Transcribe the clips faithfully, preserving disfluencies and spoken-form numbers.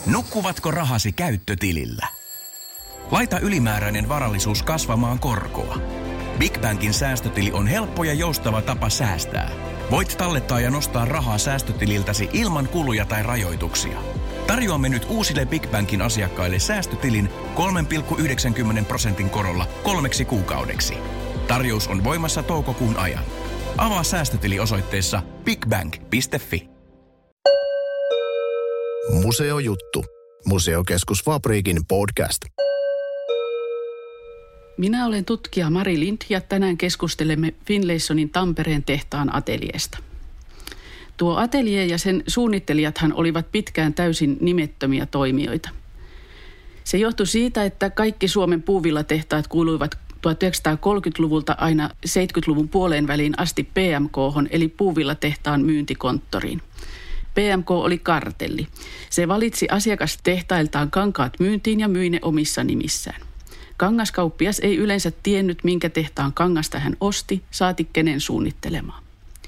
Nukkuvatko rahasi käyttötilillä? Laita ylimääräinen varallisuus kasvamaan korkoa. Big Bankin säästötili on helppo ja joustava tapa säästää. Voit tallettaa ja nostaa rahaa säästötililtäsi ilman kuluja tai rajoituksia. Tarjoamme nyt uusille Big Bankin asiakkaille säästötilin kolme pilkku yhdeksänkymmentä prosentin korolla kolmeksi kuukaudeksi. Tarjous on voimassa toukokuun ajan. Avaa säästötili osoitteessa bigbank piste fi. Museojuttu. Museokeskus Fabriikin podcast. Minä olen tutkija Mari Lind ja tänään keskustelemme Finlaysonin Tampereen tehtaan ateljeesta. Tuo atelje ja sen suunnittelijathan olivat pitkään täysin nimettömiä toimijoita. Se johtui siitä, että kaikki Suomen puuvillatehtaat kuuluivat tuhatyhdeksänsataakolmekymmentäluvulta aina seitsemänkymmentäluvun puoleen väliin asti P M K:hon eli puuvillatehtaan myyntikonttoriin. P M K oli kartelli. Se valitsi asiakastehtailtaan kankaat myyntiin ja myi ne omissa nimissään. Kangaskauppias ei yleensä tiennyt, minkä tehtaan kangasta hän osti, saati kenen suunnittelemaan.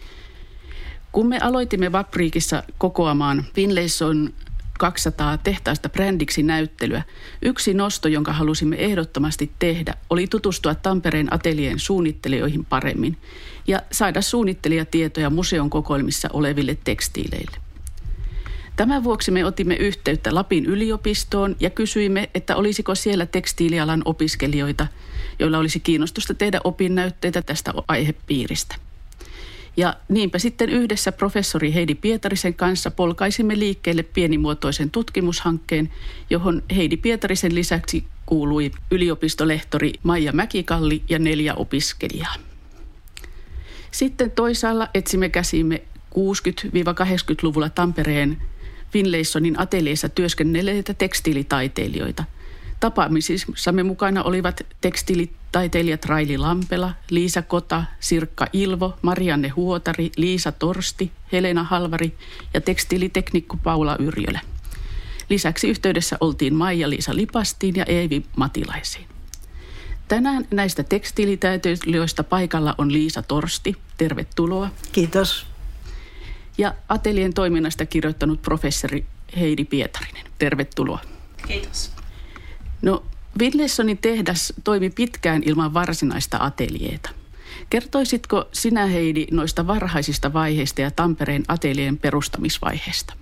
Kun me aloitimme Fabriikissa kokoamaan Finlayson kaksisataa tehtaasta brändiksi näyttelyä, yksi nosto, jonka halusimme ehdottomasti tehdä, oli tutustua Tampereen ateljeen suunnittelijoihin paremmin ja saada suunnittelijatietoja museon kokoelmissa oleville tekstiileille. Tämän vuoksi me otimme yhteyttä Lapin yliopistoon ja kysyimme, että olisiko siellä tekstiilialan opiskelijoita, joilla olisi kiinnostusta tehdä opinnäytteitä tästä aihepiiristä. Ja niinpä sitten yhdessä professori Heidi Pietarisen kanssa polkaisimme liikkeelle pienimuotoisen tutkimushankkeen, johon Heidi Pietarisen lisäksi kuului yliopistolehtori Maija Mäkikalli ja neljä opiskelijaa. Sitten toisaalla etsimme käsimme kuusikymmentä-kahdeksankymmentäluvulla Tampereen Finlaysonin ateljeessa työskennelleitä tekstiilitaiteilijoita. Tapaamisissamme mukana olivat tekstiilitaiteilijat Raili Lampela, Liisa Kota, Sirkka Ilvo, Marianne Huotari, Liisa Torsti, Helena Halvari ja tekstiiliteknikko Paula Yrjölä. Lisäksi yhteydessä oltiin Maija-Liisa Lipastiin ja Eevi Matilaisiin. Tänään näistä tekstiilitaiteilijoista paikalla on Liisa Torsti. Tervetuloa. Kiitos. Ja ateljeen toiminnasta kirjoittanut professori Heidi Pietarinen. Tervetuloa. Kiitos. No, Finlaysonin tehdas toimi pitkään ilman varsinaista ateljeeta. Kertoisitko sinä, Heidi, noista varhaisista vaiheista ja Tampereen ateljeen perustamisvaiheesta?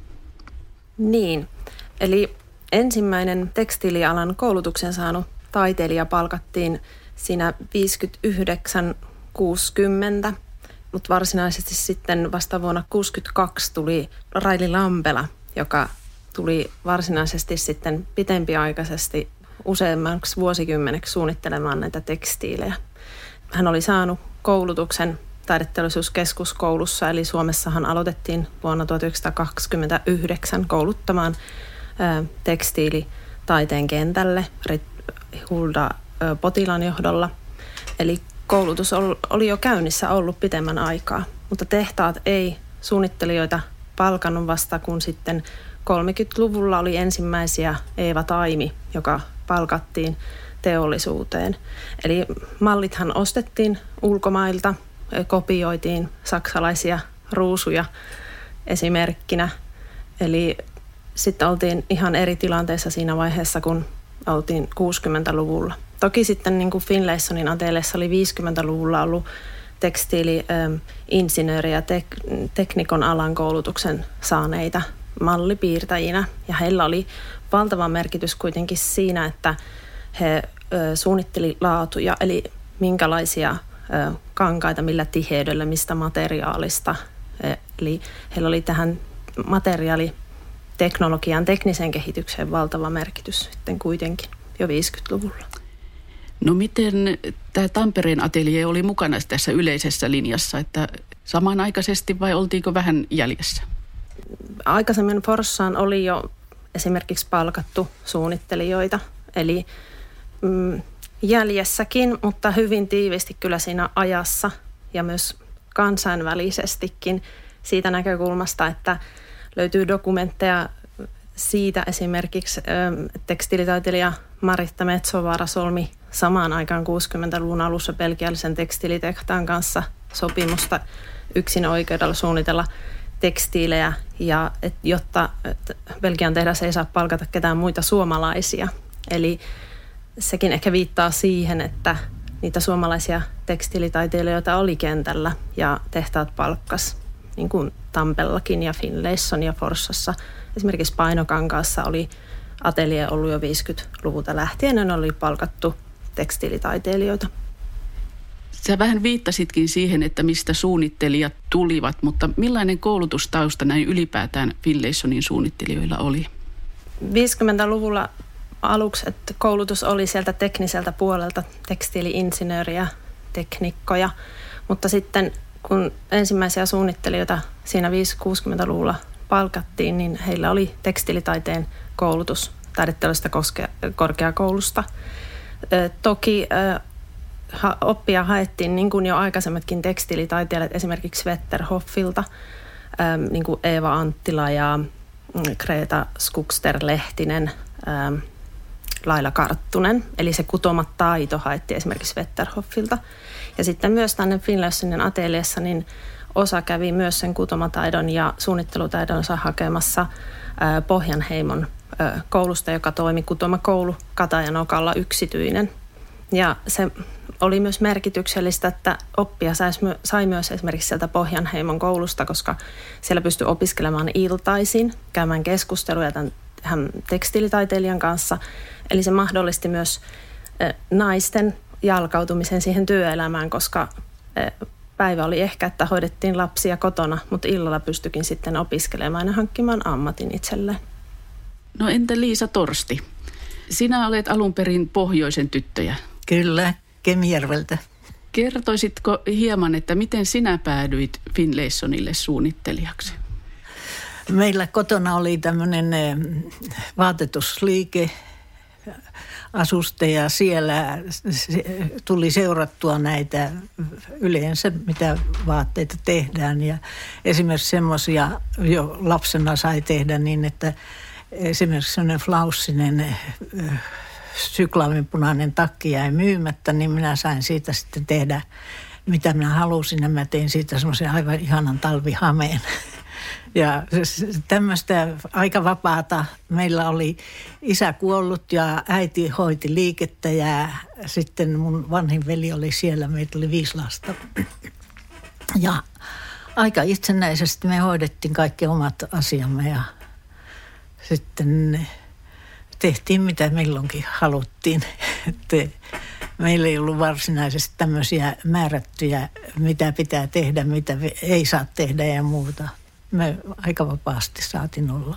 Niin, eli ensimmäinen tekstiilialan koulutuksen saanut taiteilija palkattiin siinä viisikymmentäyhdeksän kuusikymmentä, mutta varsinaisesti sitten vasta vuonna kuusikymmentäkaksi tuli Raili Lampela, joka tuli varsinaisesti sitten pitempiaikaisesti useammaksi vuosikymmeneksi suunnittelemaan näitä tekstiilejä. Hän oli saanut koulutuksen taideteollisuuskeskuskoulussa, eli Suomessahan aloitettiin vuonna tuhatyhdeksänsataakaksikymmentäyhdeksän kouluttamaan ä, tekstiilitaiteen kentälle Hulda ä, Potilan johdolla. Eli koulutus oli jo käynnissä ollut pitemmän aikaa, mutta tehtaat ei suunnittelijoita palkannut vasta, kun sitten kolmekymmentäluvulla oli ensimmäisiä Eeva Taimi, joka palkattiin teollisuuteen. Eli mallithan ostettiin ulkomailta, kopioitiin saksalaisia ruusuja esimerkkinä. Eli sitten oltiin ihan eri tilanteessa siinä vaiheessa, kun oltiin kuusikymmentäluvulla. Toki sitten niin kuin Finlaysonin ateljeessa oli viisikymmentäluvulla ollut tekstiili-insinööri- ja tek- teknikon alan koulutuksen saaneita mallipiirtäjinä. Ja heillä oli valtava merkitys kuitenkin siinä, että he ö, suunnitteli laatuja, eli minkälaisia ö, kankaita, millä tiheydellä, mistä materiaalista. Eli heillä oli tähän materiaaliteknologian tekniseen kehitykseen valtava merkitys sitten kuitenkin jo viisikymmentäluvulla. No miten tämä Tampereen ateljee oli mukana tässä yleisessä linjassa, että samanaikaisesti vai oltiinko vähän jäljessä? Aikaisemmin Forssaan oli jo esimerkiksi palkattu suunnittelijoita, eli mm, jäljessäkin, mutta hyvin tiivisti kyllä siinä ajassa ja myös kansainvälisestikin siitä näkökulmasta, että löytyy dokumentteja siitä esimerkiksi tekstiilitaiteilija Maritta Metsovaara solmi samaan aikaan kuusikymmentäluvun alussa belgialaisen tekstiilitehtaan kanssa sopimusta yksin oikeudella suunnitella tekstiilejä ja et, jotta et Belgian tehdas ei saa palkata ketään muita suomalaisia. Eli sekin ehkä viittaa siihen, että niitä suomalaisia tekstiilitaiteilijoita oli kentällä ja tehtaat palkkas, niin kuin Tampellakin ja Finlayson ja Forssassa. Esimerkiksi Painokankaassa oli ateljee ollut jo viisikymmentäluvulta lähtien, ne oli palkattu tekstiilitaiteilijoita. Sä vähän viittasitkin siihen, että mistä suunnittelijat tulivat, mutta millainen koulutustausta näin ylipäätään Finlaysonin suunnittelijoilla oli? viisikymmentäluvulla aluksi, että koulutus oli sieltä tekniseltä puolelta, tekstiili-insinööriä, teknikkoja, mutta sitten kun ensimmäisiä suunnittelijoita siinä viisikymmentä-kuusikymmentäluvulla palkattiin, niin heillä oli tekstiilitaiteen koulutus taideteollisesta korkeakoulusta. Toki oppia haettiin niin kuin jo aikaisemmatkin tekstiilitaiteilijat, esimerkiksi Wetterhoffilta, niin kuin Eeva Anttila ja Greta Skugster-Lehtinen, Laila Karttunen. Eli se kutomataito haettiin esimerkiksi Wetterhoffilta. Ja sitten myös tänne Finlaysonin ateliessa niin osa kävi myös sen kutomataidon ja suunnittelutaidonsa hakemassa Pohjanheimon koulusta, joka toimi kutomakoulu Katajanokalla yksityinen. Ja se oli myös merkityksellistä, että oppia sai myös esimerkiksi sieltä Pohjanheimon koulusta, koska siellä pystyi opiskelemaan iltaisin, käymään keskusteluja tämän tekstiilitaiteilijan kanssa. Eli se mahdollisti myös naisten jalkautumisen siihen työelämään, koska päivä oli ehkä, että hoidettiin lapsia kotona, mutta illalla pystyikin sitten opiskelemaan ja hankkimaan ammatin itselleen. No entä Liisa Torsti? Sinä olet alun perin pohjoisen tyttöjä. Kyllä, Kemijärveltä. Kertoisitko hieman, että miten sinä päädyit Finlaysonille suunnittelijaksi? Meillä kotona oli tämmöinen vaatetusliike, asuste ja siellä tuli seurattua näitä yleensä, mitä vaatteita tehdään. Ja esimerkiksi semmoisia jo lapsena sai tehdä niin, että esimerkiksi semmoinen flaussinen syklaavinpunainen takki jäi myymättä, niin minä sain siitä sitten tehdä, mitä minä halusin. Ja mä tein siitä semmoisen aivan ihanan talvihameen. Ja tämmöistä aika vapaata. Meillä oli isä kuollut ja äiti hoiti liikettä ja sitten mun vanhin veli oli siellä. Meitä oli viisi lasta. Ja aika itsenäisesti me hoidettiin kaikki omat asiamme ja sitten tehtiin mitä milloinkin haluttiin. Meillä ei ollut varsinaisesti tämmöisiä määrättyjä, mitä pitää tehdä, mitä ei saa tehdä ja muuta. Me aika vapaasti saatiin olla.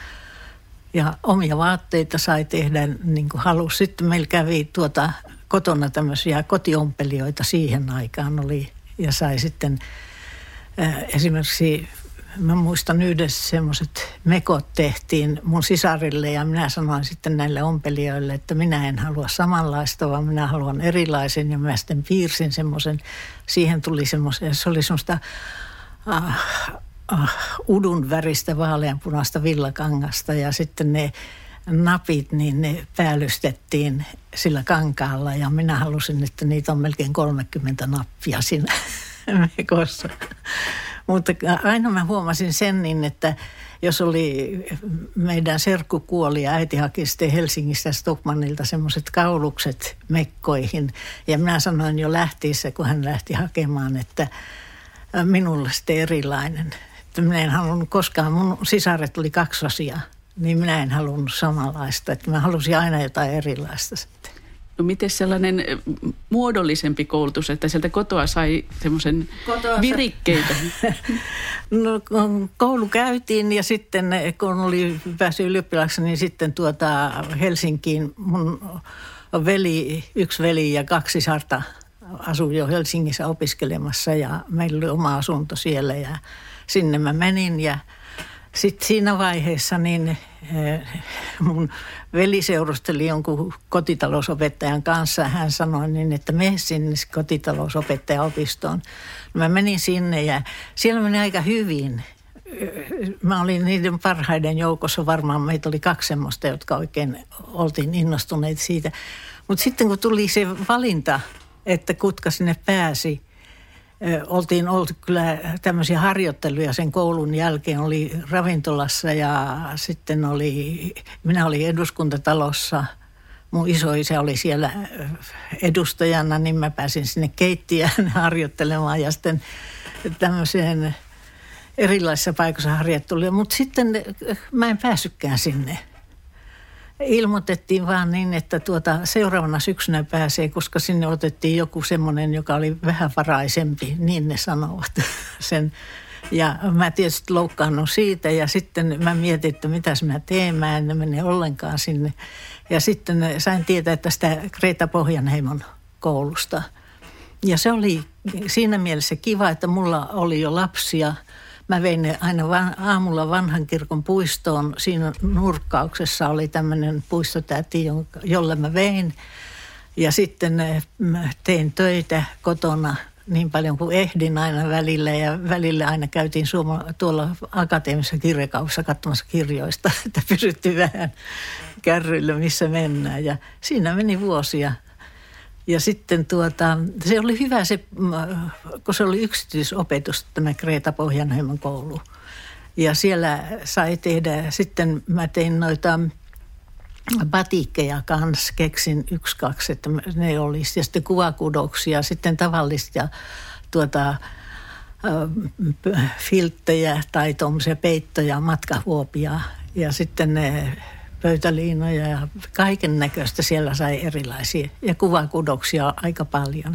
Ja omia vaatteita sai tehdä niin kuin halusi. Sitten meillä kävi tuota kotona tämmöisiä kotiompelijoita siihen aikaan oli. Ja sai sitten äh, esimerkiksi, mä muistan yhdessä semmoiset mekot tehtiin mun sisarille. Ja minä sanoin sitten näille ompelijoille, että minä en halua samanlaista, vaan minä haluan erilaisen. Ja mä sitten piirsin semmoisen, siihen tuli semmoisen, se oli semmoista Äh, udun väristä vaaleanpunaista villakangasta ja sitten ne napit, niin ne päällystettiin sillä kankaalla ja minä halusin, että niitä on melkein kolmekymmentä nappia siinä mekossa. Mutta aina mä huomasin sen niin, että jos oli meidän serkku kuoli ja äiti haki sitten Helsingistä Stockmannilta semmoiset kaulukset mekkoihin ja minä sanoin jo lähtiessä, kun hän lähti hakemaan, että minulle sitten erilainen. Että minä en halunnut koskaan, mun sisaret oli kaksosia, niin minä en halunnut samanlaista. Että mä halusin aina jotain erilaista sitten. No miten sellainen muodollisempi koulutus, että sieltä kotoa sai semmoisen virikkeitä? No koulu käytiin ja sitten kun oli päässyt ylioppilaksi, niin sitten tuota Helsinkiin mun veli, yksi veli ja kaksi sisarta asui jo Helsingissä opiskelemassa ja meillä oli oma asunto siellä ja sinne mä menin ja sitten siinä vaiheessa niin mun veli seurusteli jonkun kotitalousopettajan kanssa. Hän sanoi niin, että mene sinne kotitalousopettajaopistoon. Mä menin sinne ja siellä meni aika hyvin. Mä olin niiden parhaiden joukossa, varmaan meitä oli kaksi semmoista, jotka oikein oltiin innostuneet siitä. Mutta sitten kun tuli se valinta, että kutka sinne pääsi, oltiin oltu kyllä tämmöisiä harjoitteluja sen koulun jälkeen. Oli ravintolassa ja sitten oli, minä olin eduskuntatalossa. Mun isoisä oli siellä edustajana, niin mä pääsin sinne keittiöön harjoittelemaan ja sitten tämmöiseen erilaisissa paikoissa harjoitteluja. Mutta sitten mä en päässytkään sinne. Ilmoitettiin vaan niin, että tuota, seuraavana syksynä pääsee, koska sinne otettiin joku semmoinen, joka oli vähän varaisempi, niin ne sanovat sen. Ja mä tietysti loukkaannut siitä ja sitten mä mietin, että mitäs mä teen, mä en mene ollenkaan sinne. Ja sitten sain tietää tästä Greta Pohjanheimon koulusta. Ja se oli siinä mielessä kiva, että mulla oli jo lapsia. Mä vein ne aina van, aamulla vanhan kirkon puistoon. Siinä nurkkauksessa oli tämmöinen puistotäti, jolle mä vein. Ja sitten tein töitä kotona niin paljon kuin ehdin aina välillä. Ja välillä aina käytiin suoma, tuolla akateemisessa kirjakaupassa katsomassa kirjoista, että pysyttiin vähän kärryillä, missä mennään. Ja siinä meni vuosia. Ja sitten tuota, se oli hyvä se, kun se oli yksityisopetus, tämä Greta Pohjanheimon koulu. Ja siellä sai tehdä, sitten mä tein noita batikkeja kanssa, keksin yksi, kaksi, että ne olisi. Ja sitten kuvakudoksia, sitten tavallisia tuota, filttejä tai tuommoisia peittoja, matkahuopia ja sitten ne pöytäliinoja ja kaiken näköistä siellä sai erilaisia ja kuvakudoksia aika paljon.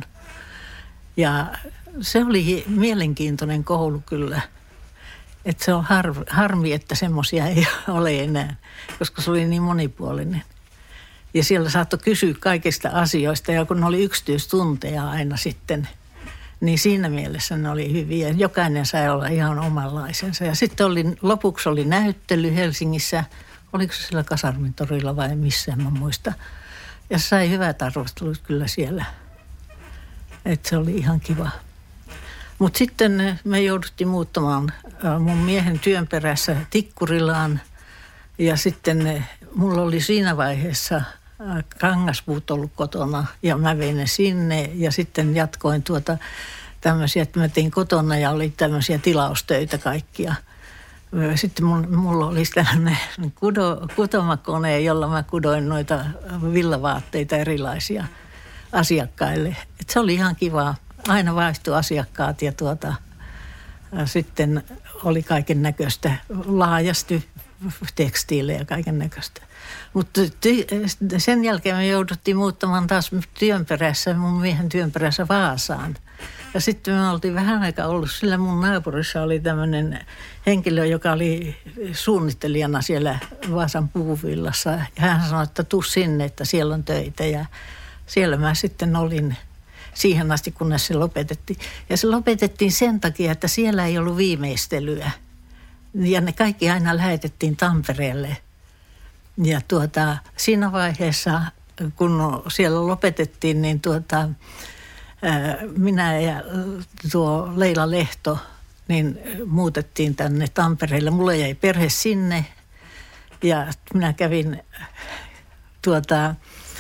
Ja se oli mielenkiintoinen koulu kyllä. Että se on har, harmi, että semmoisia ei ole enää, koska se oli niin monipuolinen. Ja siellä saattoi kysyä kaikista asioista ja kun ne oli yksityistunteja aina sitten, niin siinä mielessä ne oli hyviä. Jokainen sai olla ihan omanlaisensa. Ja sitten oli, lopuksi oli näyttely Helsingissä. Oliko se siellä Kasarmintorilla vai missään, mä muista. Ja sai hyvät arvostelut kyllä siellä. Että se oli ihan kiva. Mutta sitten me jouduttiin muuttamaan mun miehen työn perässä Tikkurilaan. Ja sitten mulla oli siinä vaiheessa kangaspuut ollut kotona ja mä vein ne sinne. Ja sitten jatkoin tuota tämmöisiä, että mä tein kotona ja oli tämmöisiä tilaustöitä kaikkia. Sitten mulla oli tällainen kudo, kutomakone, jolla mä kudoin noita villavaatteita erilaisia asiakkaille. Et se oli ihan kiva. Aina vaihtui asiakkaat ja tuota, sitten oli kaiken näköistä laajasti tekstiilejä ja kaiken näköistä. Mutta sen jälkeen me jouduttiin muuttamaan taas työn perässä, mun miehen työn perässä Vaasaan. Ja sitten me oltiin vähän aikaa ollut, sillä mun naapurissa oli tämmöinen henkilö, joka oli suunnittelijana siellä Vaasan puuvillassa. Ja hän sanoi, että tuu sinne, että siellä on töitä. Ja siellä mä sitten olin siihen asti, kunnes se lopetettiin. Ja se lopetettiin sen takia, että siellä ei ollut viimeistelyä. Ja ne kaikki aina lähetettiin Tampereelle. Ja tuota, siinä vaiheessa, kun siellä lopetettiin, niin tuota, minä ja tuo Leila Lehto niin muutettiin tänne Tampereelle. Mulla jäi perhe sinne ja minä kävin tuota,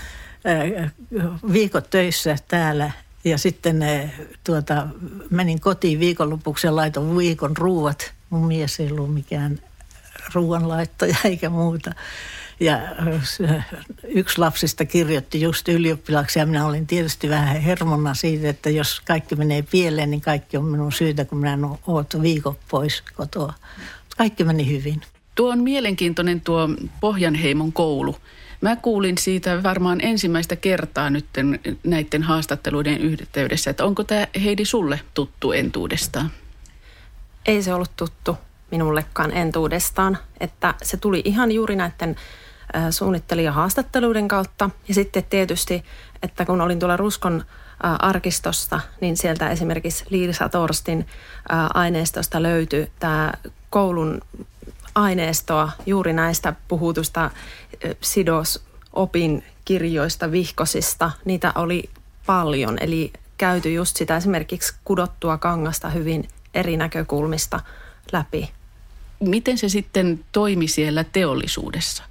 viikot töissä täällä ja sitten tuota, menin kotiin viikonlopuksi ja laitoin viikon ruuat. Mun mies ei ollut mikään ruoanlaittaja eikä muuta. Ja yksi lapsista kirjoitti just ylioppilaaksi ja minä olin tietysti vähän hermona siitä, että jos kaikki menee pieleen, niin kaikki on minun syytä, kun minä en ole viikon pois kotoa. Kaikki meni hyvin. Tuo on mielenkiintoinen tuo Pohjanheimon koulu. Mä kuulin siitä varmaan ensimmäistä kertaa nyt näiden haastatteluiden yhteydessä, että onko tämä Heidi sulle tuttu entuudestaan? Ei se ollut tuttu minullekaan entuudestaan, että se tuli ihan juuri näiden suunnittelija-haastatteluiden kautta. Ja sitten tietysti, että kun olin tuolla Ruskon arkistosta, niin sieltä esimerkiksi Liisa Torstin aineistosta löytyi tämä koulun aineistoa juuri näistä puhutusta sidosopin kirjoista, vihkosista. Niitä oli paljon, eli käyty just sitä esimerkiksi kudottua kangasta hyvin eri näkökulmista läpi. Miten se sitten toimi siellä teollisuudessa?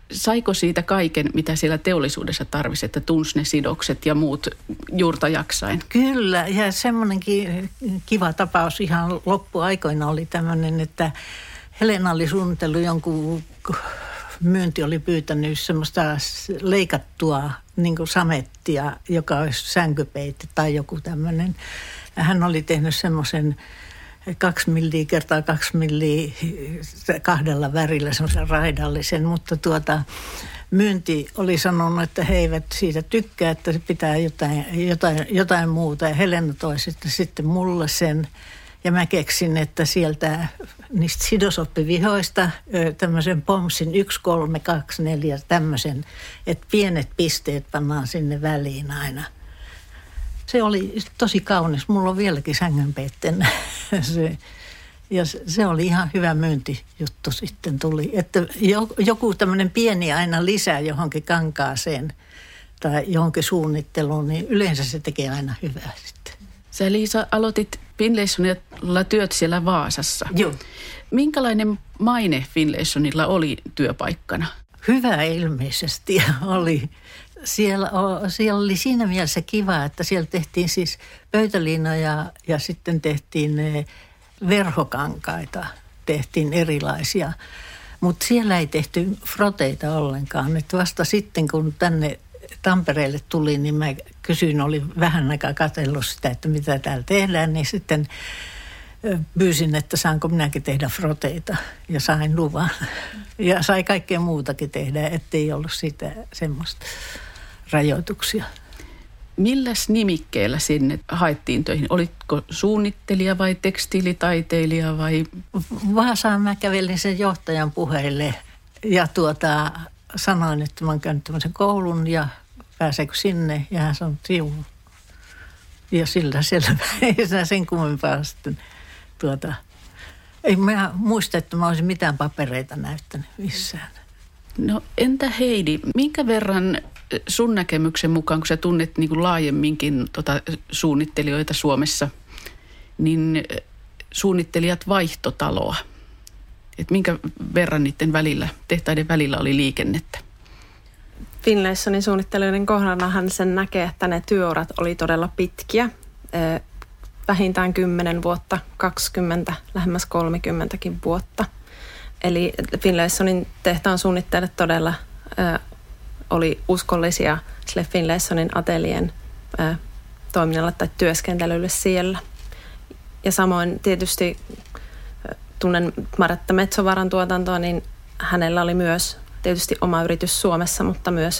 saiko siitä kaiken, mitä siellä teollisuudessa tarvisi, että tunsi ne sidokset ja muut juurta jaksain? Kyllä, ja semmoinenkin kiva tapaus ihan loppuaikoina oli tämmöinen, että Helena oli suunnitellut jonkun, myynti oli pyytänyt semmoista leikattua niin kuin samettia, joka olisi sänkypeite tai joku tämmöinen. Hän oli tehnyt semmoisen kaksi milliä kertaa kaksi milliä kahdella värillä semmoisen raidallisen, mutta tuota myynti oli sanonut, että he eivät siitä tykkää, että se pitää jotain, jotain, jotain muuta. Ja Helena toi sitten, sitten mulle sen. Ja mä keksin, että sieltä niistä sidosoppivihoista tämmöisen pomsin yksi, kolme, kaksi, neljä tämmöisen, että pienet pisteet pannaan sinne väliin aina. Se oli tosi kaunis. Mulla on vieläkin sängynpeitteen se. Ja se oli ihan hyvä myyntijuttu sitten tuli. Että joku tämmöinen pieni aina lisää johonkin kankaaseen tai johonkin suunnitteluun, niin yleensä se tekee aina hyvää sitten. Sä, Liisa, aloitit Finlaysonilla työt siellä Vaasassa. Joo. Minkälainen maine Finlaysonilla oli työpaikkana? Hyvä ilmeisesti oli. Siellä, siellä oli siinä mielessä kiva, että siellä tehtiin siis pöytäliinoja ja sitten tehtiin verhokankaita, tehtiin erilaisia. Mutta siellä ei tehty froteita ollenkaan. Et vasta sitten, kun tänne Tampereelle tuli, niin mä kysyin, oli vähän aikaa katsellut sitä, että mitä täällä tehdään, niin sitten pyysin, että saanko minäkin tehdä froteita ja sain luvan. Ja sai kaikkea muutakin tehdä, ettei ollut sitä semmoista rajoituksia. Milläs nimikkeellä sinne haettiin töihin? Olitko suunnittelija vai tekstiilitaiteilija vai? Vaasaan mä kävelin sen johtajan puheille ja tuota, sanoin, että mä oon käynyt tämmöisen koulun ja pääseekö sinne. Ja hän sanoi, että juu. Ja sillä selvä. Ei sinä sen kummempaa sitten tuota. Ei mä muista, että mä olisin mitään papereita näyttänyt missään. No entä Heidi, minkä verran sun näkemyksen mukaan, kun sä tunnet niin kuin laajemminkin tota, suunnittelijoita Suomessa, niin suunnittelijat vaihtotaloa? Et minkä verran niiden välillä, tehtaiden välillä oli liikennettä? Finlaysonin suunnittelijoiden kohdallahan sen näkee, että ne työurat oli todella pitkiä. Vähintään kymmenen vuotta, kaksikymmentä, lähemmäs kolmekymmentäkin vuotta. Eli Finlaysonin tehtaan suunnittelijat todella ö, oli uskollisia sille Finlaysonin atelien ö, toiminnalle tai työskentelylle siellä. Ja samoin tietysti tunnen Maretta Metsovaran tuotantoa, niin hänellä oli myös tietysti oma yritys Suomessa, mutta myös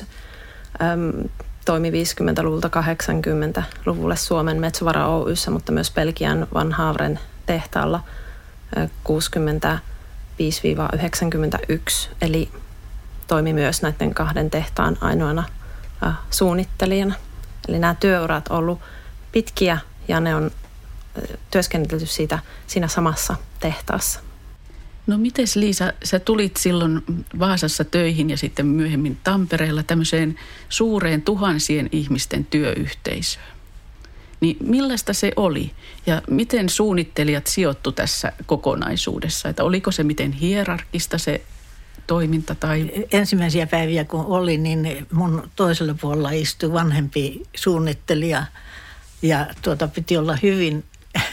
äm, toimi viisikymmentäluvulta kahdeksankymmentäluvulle Suomen Metsovara Oy:ssä, mutta myös Belgian Van Havren tehtaalla äh, kuusikymmentäviisi yhdeksänkymmentäyksi. Eli toimi myös näiden kahden tehtaan ainoana äh, suunnittelijana. Eli nämä työurat on ollut pitkiä ja ne on äh, työskennelty siitä, siinä samassa tehtaassa. No mites Liisa, sä tulit silloin Vaasassa töihin ja sitten myöhemmin Tampereella tämmöiseen suureen tuhansien ihmisten työyhteisöön. Niin millaista se oli ja miten suunnittelijat sijoittu tässä kokonaisuudessa? Että oliko se miten hierarkista se toiminta? Tai? Ensimmäisiä päiviä kun oli, niin mun toisella puolella istui vanhempi suunnittelija ja tuota piti olla hyvin,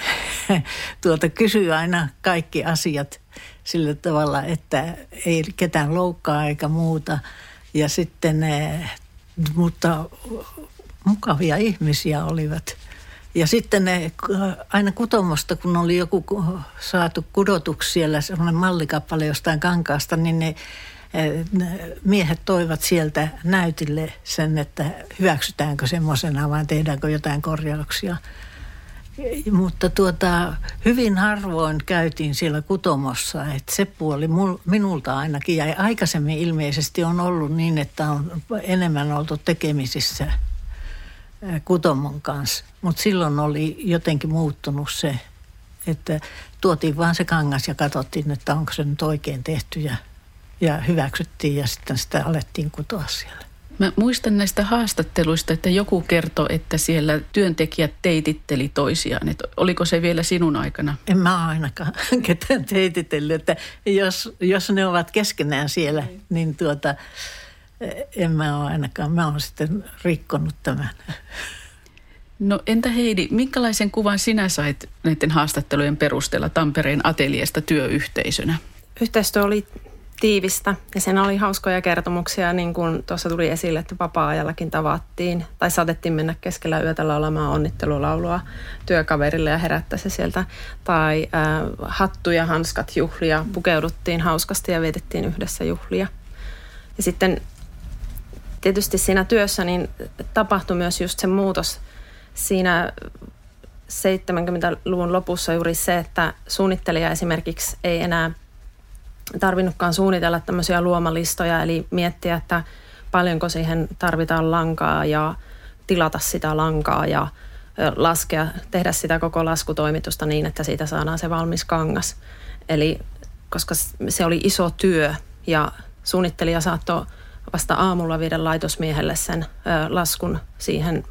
tuota kysyä aina kaikki asiat sillä tavalla, että ei ketään loukkaa eikä muuta. Ja sitten, mutta mukavia ihmisiä olivat. Ja sitten ne, aina kutomosta, kun oli joku saatu kudotuksi siellä, semmoinen mallikappale jostain kankaasta, niin ne, ne miehet toivat sieltä näytille sen, että hyväksytäänkö semmoisena vai tehdäänkö jotain korjauksia. Mutta tuota, hyvin harvoin käytiin siellä kutomossa, että se puoli mul, minulta ainakin ja aikaisemmin ilmeisesti on ollut niin, että on enemmän oltu tekemisissä kutomon kanssa. Mutta silloin oli jotenkin muuttunut se, että tuotiin vaan se kangas ja katsottiin, että onko se nyt oikein tehty ja, ja hyväksyttiin ja sitten sitä alettiin kutoa siellä. Mä muistan näistä haastatteluista, että joku kertoi, että siellä työntekijät teititteli toisiaan. Että oliko se vielä sinun aikana? En mä ainakaan ketään teititellyt, että jos, jos ne ovat keskenään siellä, mm. niin tuota, en mä ole ainakaan. Mä oon sitten rikkonut tämän. No entä Heidi, minkälaisen kuvan sinä sait näiden haastattelujen perusteella Tampereen ateljeesta työyhteisönä? Yhteistyö oli tiivistä ja sen oli hauskoja kertomuksia, niin kuin tuossa tuli esille, että vapaa-ajallakin tavattiin tai saatettiin mennä keskellä yötä laulamaan onnittelulaulua työkaverille ja herättää se sieltä. Tai äh, hattu ja hanskat juhlia, pukeuduttiin hauskasti ja vietettiin yhdessä juhlia. Ja sitten tietysti siinä työssä niin tapahtui myös just se muutos siinä seitsemänkymmentäluvun lopussa juuri se, että suunnittelija esimerkiksi ei enää tarvinnutkaan suunnitella tämmöisiä luomalistoja, eli miettiä, että paljonko siihen tarvitaan lankaa ja tilata sitä lankaa ja laskea, tehdä sitä koko laskutoimitusta niin, että siitä saadaan se valmis kangas. Eli koska se oli iso työ ja suunnittelija saattoi vasta aamulla viedä laitosmiehelle sen laskun siihen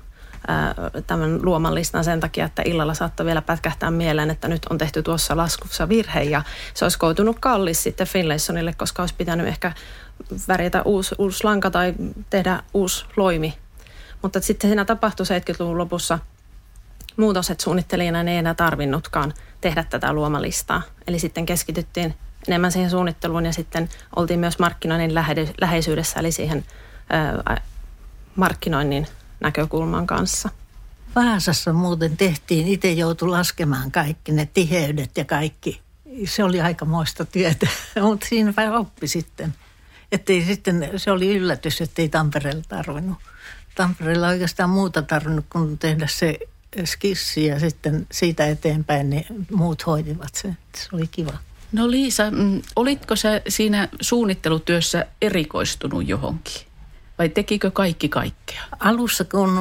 tämän luomanlistan sen takia, että illalla saattoi vielä pätkähtää mieleen, että nyt on tehty tuossa laskussa virhe ja se olisi koitunut kallis sitten Finlaysonille, koska olisi pitänyt ehkä värjätä uusi, uusi lanka tai tehdä uusi loimi. Mutta sitten siinä tapahtui seitsemänkymmentäluvun lopussa muutos, että suunnittelijana ei enää tarvinnutkaan tehdä tätä luomalistaa. Eli sitten keskityttiin enemmän siihen suunnitteluun ja sitten oltiin myös markkinoinnin läheisyydessä, eli siihen ää, markkinoinnin näkökulman kanssa. Vaasassa muuten tehtiin, itse joutui laskemaan kaikki ne tiheydet ja kaikki. Se oli aikamoista työtä, mutta siinä vai oppi sitten. Ettei sitten, se oli yllätys, ettei Tampereella tarvinnut. Tampereella oikeastaan muuta tarvinnut kuin tehdä se skissi ja sitten siitä eteenpäin niin muut hoitivat sen. Se oli kiva. No Liisa, olitko sä siinä suunnittelutyössä erikoistunut johonkin? Vai tekikö kaikki kaikkea? Alussa kun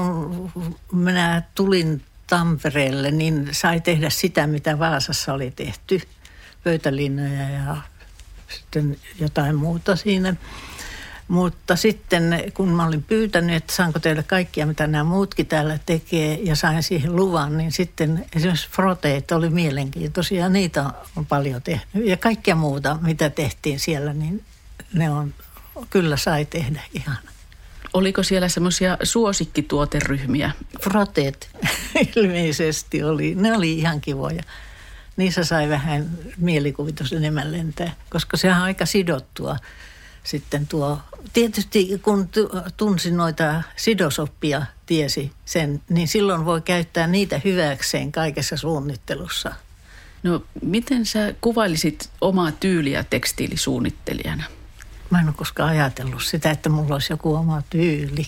minä tulin Tampereelle, niin sai tehdä sitä, mitä Vaasassa oli tehty. Pöytälinjoja ja sitten jotain muuta siinä. Mutta sitten kun mä olin pyytänyt, että saanko tehdä kaikkia, mitä nämä muutkin täällä tekee, ja sain siihen luvan, niin sitten esimerkiksi froteet oli mielenkiintoisia. Ja niitä on paljon tehnyt. Ja kaikkia muuta, mitä tehtiin siellä, niin ne on, kyllä sai tehdä ihan. Oliko siellä semmoisia suosikkituoteryhmiä? Froteet ilmeisesti oli. Ne oli ihan kivoja. Niissä sai vähän mielikuvitus enemmän lentää, koska sehän on aika sidottua sitten tuo. Tietysti kun tunsin noita sidosoppia, tiesi sen, niin silloin voi käyttää niitä hyväkseen kaikessa suunnittelussa. No miten sä kuvailisit omaa tyyliä tekstiilisuunnittelijana? Mä en ole koskaan ajatellut sitä, että mulla olisi joku oma tyyli.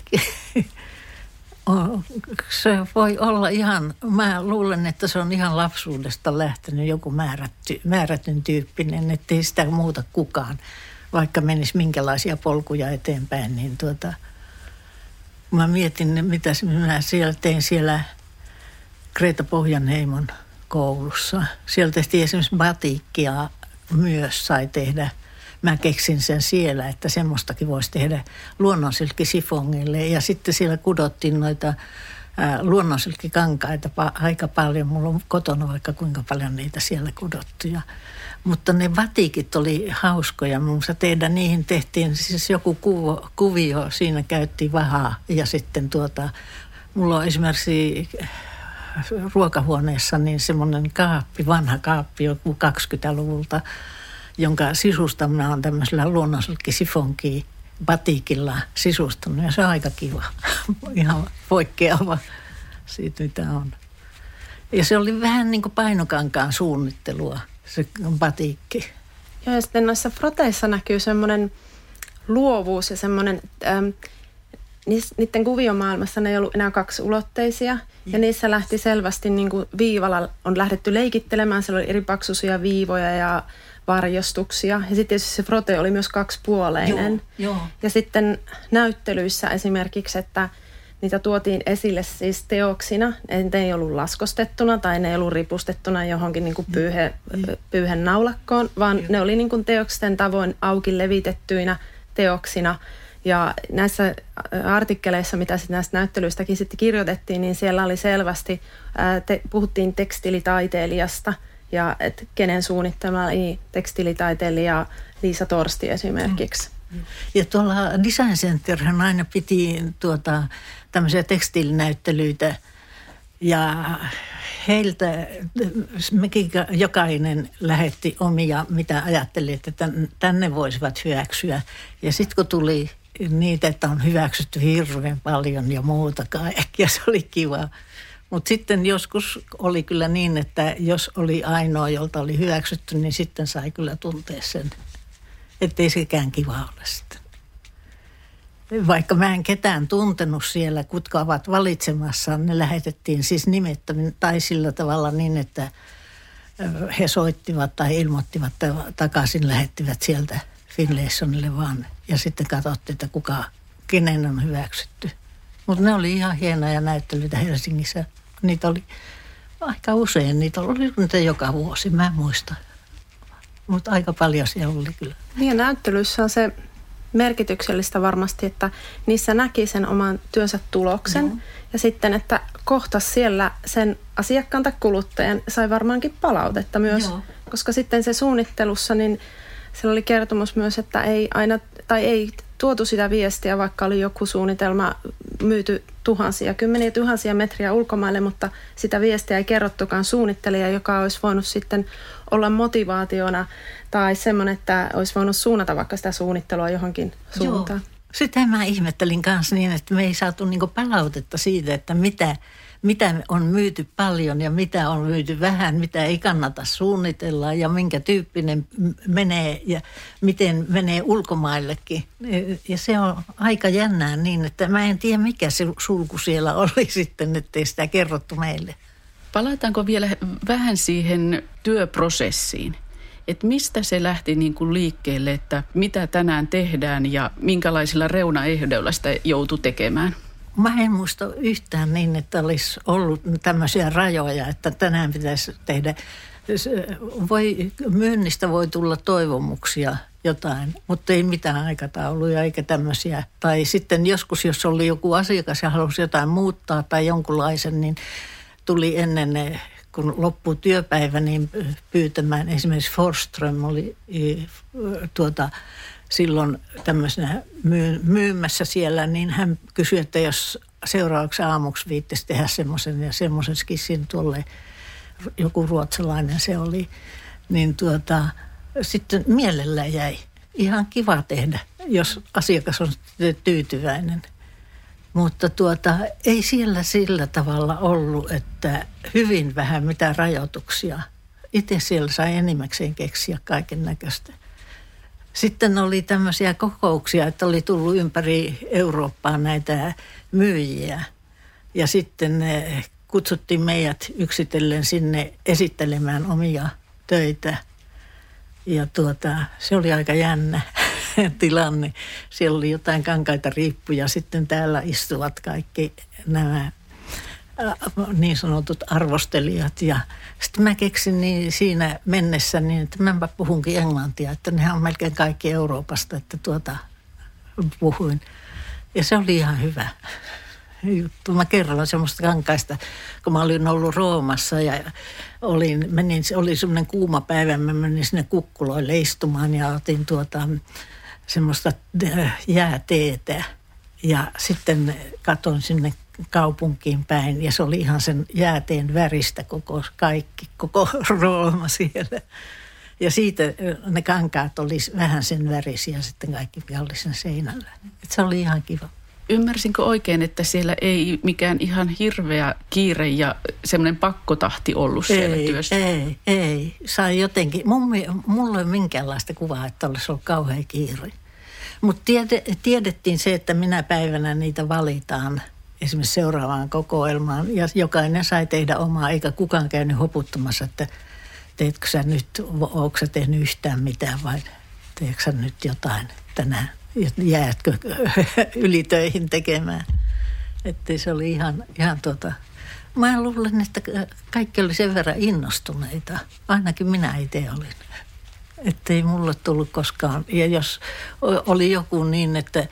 Se voi olla ihan, mä luulen, että se on ihan lapsuudesta lähtenyt joku määrätty, määrätyn tyyppinen, ettei sitä muuta kukaan. Vaikka menisi minkälaisia polkuja eteenpäin, niin tuota, mä mietin, mitä minä siellä tein siellä Greta Pohjanheimon koulussa. Siellä tehtiin esimerkiksi batikkia myös sai tehdä. Mä keksin sen siellä, että semmoistakin voisi tehdä luonnonsilkkisifongille. Ja sitten siellä kudottiin noita ää, luonnonsilkkikankaita pa- aika paljon. Mulla on kotona vaikka kuinka paljon niitä siellä kudottuja. Mutta ne batikit oli hauskoja. Mun mielestä tehdä niihin tehtiin siis joku kuvo, kuvio. Siinä käytti vahaa. Ja sitten tuota, mulla on esimerkiksi ruokahuoneessa niin semmoinen kaappi, vanha kaappi joku kaksikymmentäluvulta, jonka sisusta minä olen tämmöisellä luonnonsilkkisifonkia batikilla sisustanut. Ja se on aika kiva. Ihan poikkeava siitä, mitä on. Ja se oli vähän niin kuin painokankaan suunnittelua, se batikki. Joo, ja sitten noissa froteissa näkyy semmoinen luovuus ja semmoinen, ähm, niiden kuviomaailmassa ne ei ollut enää kaksiulotteisia. Ja niissä lähti selvästi niin kuin viivalla on lähdetty leikittelemään. Siellä oli eri paksuisia viivoja ja varjostuksia. Ja sitten tietysti se frote oli myös kaksipuoleinen. Joo, joo. Ja sitten näyttelyissä esimerkiksi, että niitä tuotiin esille siis teoksina. Ne ei ollut laskostettuna tai ne ei ollut ripustettuna johonkin niin kuin pyyhe, pyyhen naulakkoon, vaan joo. Ne oli niin kuin teoksten tavoin auki levitettyinä teoksina. Ja näissä artikkeleissa, mitä sitten näistä näyttelyistäkin sitten kirjoitettiin, niin siellä oli selvästi, ää, te, puhuttiin tekstiilitaiteilijasta ja et kenen suunnittelema oli tekstiilitaiteilija Liisa Torsti esimerkiksi. Ja tuolla Design Centerhän aina piti tuota, tämmöisiä tekstiilinäyttelyitä ja heiltä mekin jokainen lähetti omia, mitä ajatteli, että tänne voisivat hyväksyä. Ja sitten kun tuli niitä, että on hyväksytty hirveän paljon ja muuta kaikkea, se oli kiva. Mutta sitten joskus oli kyllä niin, että jos oli ainoa, jolta oli hyväksytty, niin sitten sai kyllä tuntea sen, ettei sekään kiva ole sitten. Vaikka mä en ketään tuntenut siellä, kutka ovat valitsemassa, ne lähetettiin siis nimettömin tai sillä tavalla niin, että he soittivat tai ilmoittivat takaisin, lähettivät sieltä Finlaysonille vaan. Ja sitten katsottiin, että kuka, kenen on hyväksytty. Mutta ne oli ihan hienoja näyttelyitä Helsingissä. Niitä oli aika usein, niitä oli niitä joka vuosi, mä en muista. Mutta aika paljon siellä oli kyllä. Niin näyttelyissä on se merkityksellistä varmasti, että niissä näki sen oman työnsä tuloksen. No. Ja sitten, että kohtas siellä sen asiakkaan tai kuluttajan sai varmaankin palautetta myös. Joo. Koska sitten se suunnittelussa, niin siellä oli kertomus myös, että ei aina, tai ei tuotu sitä viestiä, vaikka oli joku suunnitelma myyty tuhansia, kymmeniä tuhansia metriä ulkomaille, mutta sitä viestiä ei kerrottukaan suunnittelija, joka olisi voinut sitten olla motivaationa tai semmoinen, että olisi voinut suunnata vaikka sitä suunnittelua johonkin suuntaan. Joo. Sitä mä ihmettelin kanssa niin, että me ei saatu niinku palautetta siitä, että mitä, mitä on myyty paljon ja mitä on myyty vähän, mitä ei kannata suunnitella ja minkä tyyppinen menee ja miten menee ulkomaillekin. Ja se on aika jännää niin, että mä en tiedä mikä se sulku siellä oli sitten, ettei sitä kerrottu meille. Palataanko vielä vähän siihen työprosessiin? Että mistä se lähti niin kuin liikkeelle, että mitä tänään tehdään ja minkälaisilla reunaehdoilla sitä joutui tekemään? Mä en muista yhtään niin, että olisi ollut tämmöisiä rajoja, että tänään pitäisi tehdä. Voi, myynnistä voi tulla toivomuksia jotain, mutta ei mitään aikatauluja eikä tämmöisiä. Tai sitten joskus, jos oli joku asiakas ja halusi jotain muuttaa tai jonkunlaisen, niin tuli ennen, kun loppui työpäivä, niin pyytämään. Esimerkiksi Forsström oli tuota, silloin tämmöisenä myy- myymässä siellä, niin hän kysyi, että jos seuraavaksi aamuksi viittisi tehdä semmoisen ja semmoisen skissin tuolle, joku ruotsalainen se oli, niin tuota, sitten mielellä jäi. Ihan kiva tehdä, jos asiakas on tyytyväinen. Mutta tuota, ei siellä sillä tavalla ollut, että hyvin vähän mitään rajoituksia. Itse siellä sai enimmäkseen keksiä kaiken näköistä. Sitten oli tämmöisiä kokouksia, että oli tullut ympäri Eurooppaa näitä myyjiä. Ja sitten ne kutsuttiin meidät yksitellen sinne esittelemään omia töitä. Ja tuota, se oli aika jännä tilanne. Siellä oli jotain kankaita riippuja. Sitten täällä istuvat kaikki nämä niin sanotut arvostelijat. Ja sitten mä keksin niin siinä mennessä niin, että mä puhunkin englantia. Että nehän on melkein kaikki Euroopasta, että tuota puhuin. Ja se oli ihan hyvä juttu. Mä kerron semmoista kankaista, kun mä olin ollut Roomassa ja olin, menin, oli semmoinen kuuma päivä. Mä menin sinne kukkuloille istumaan ja otin tuota semmoista jääteetä. Ja sitten katon sinne kaupunkiin päin ja se oli ihan sen jääteen väristä koko kaikki, koko Rooma siellä. Ja siitä ne kankaat oli vähän sen värisiä sitten kaikki viallisen seinällä. Et se oli ihan kiva. Ymmärsinkö oikein, että siellä ei mikään ihan hirveä kiire ja semmoinen pakkotahti ollut siellä ei, työssä? Ei, ei. Sai jotenkin, mun, mulla ei ole minkäänlaista kuvaa, että olisi ollut kauhean kiire. Mutta tiede, tiedettiin se, että minä päivänä niitä valitaan esimerkiksi seuraavaan kokoelmaan. Ja jokainen sai tehdä omaa, eikä kukaan käynyt hoputtamassa, että teetkö sä nyt, ootko sä tehnyt yhtään mitään vai teetkö sä nyt jotain tänään? Jäätkö ylitöihin tekemään? Että se oli ihan, ihan tota... Mä luulen, että kaikki oli sen verran innostuneita. Ainakin minä itse olin. Että ei mulle tullut koskaan. Ja jos oli joku niin, että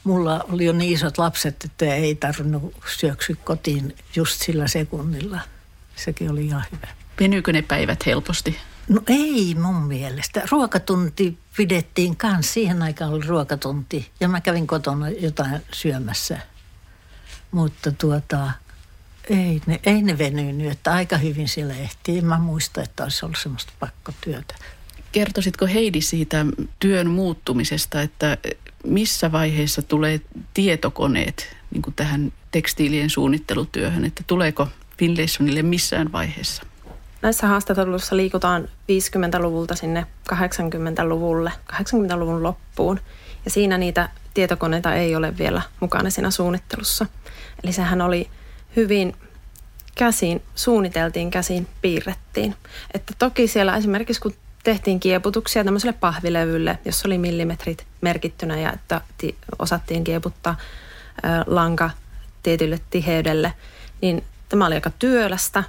mulla oli jo niin isot lapset, että ei tarvinnut syöksyä kotiin just sillä sekunnilla. Sekin oli ihan hyvä. Venyykö ne päivät helposti? No ei mun mielestä. Ruokatunti pidettiin kanssa. Siihen aikaan oli ruokatunti. Ja mä kävin kotona jotain syömässä. Mutta tuota, ei ne, ei ne venynyt, että aika hyvin siellä ehtii. En mä muista, että olisi ollut semmoista pakkotyötä. Kertoisitko Heidi siitä työn muuttumisesta, että missä vaiheessa tulee tietokoneet niin kuin tähän tekstiilien suunnittelutyöhön? Että tuleeko Finlaysonille missään vaiheessa? Näissä haastatteluissa liikutaan viisikymmentäluvulta sinne kahdeksankymmentäluvulle, kahdeksankymmentäluvun loppuun. Ja siinä niitä tietokoneita ei ole vielä mukana siinä suunnittelussa. Eli sehän oli hyvin käsin, suunniteltiin, käsin piirrettiin. Että toki siellä esimerkiksi kun tehtiin kieputuksia tämmöiselle pahvilevylle, jossa oli millimetrit merkittynä ja että osattiin kieputtaa lanka tietylle tiheydelle, niin tämä oli aika työlästä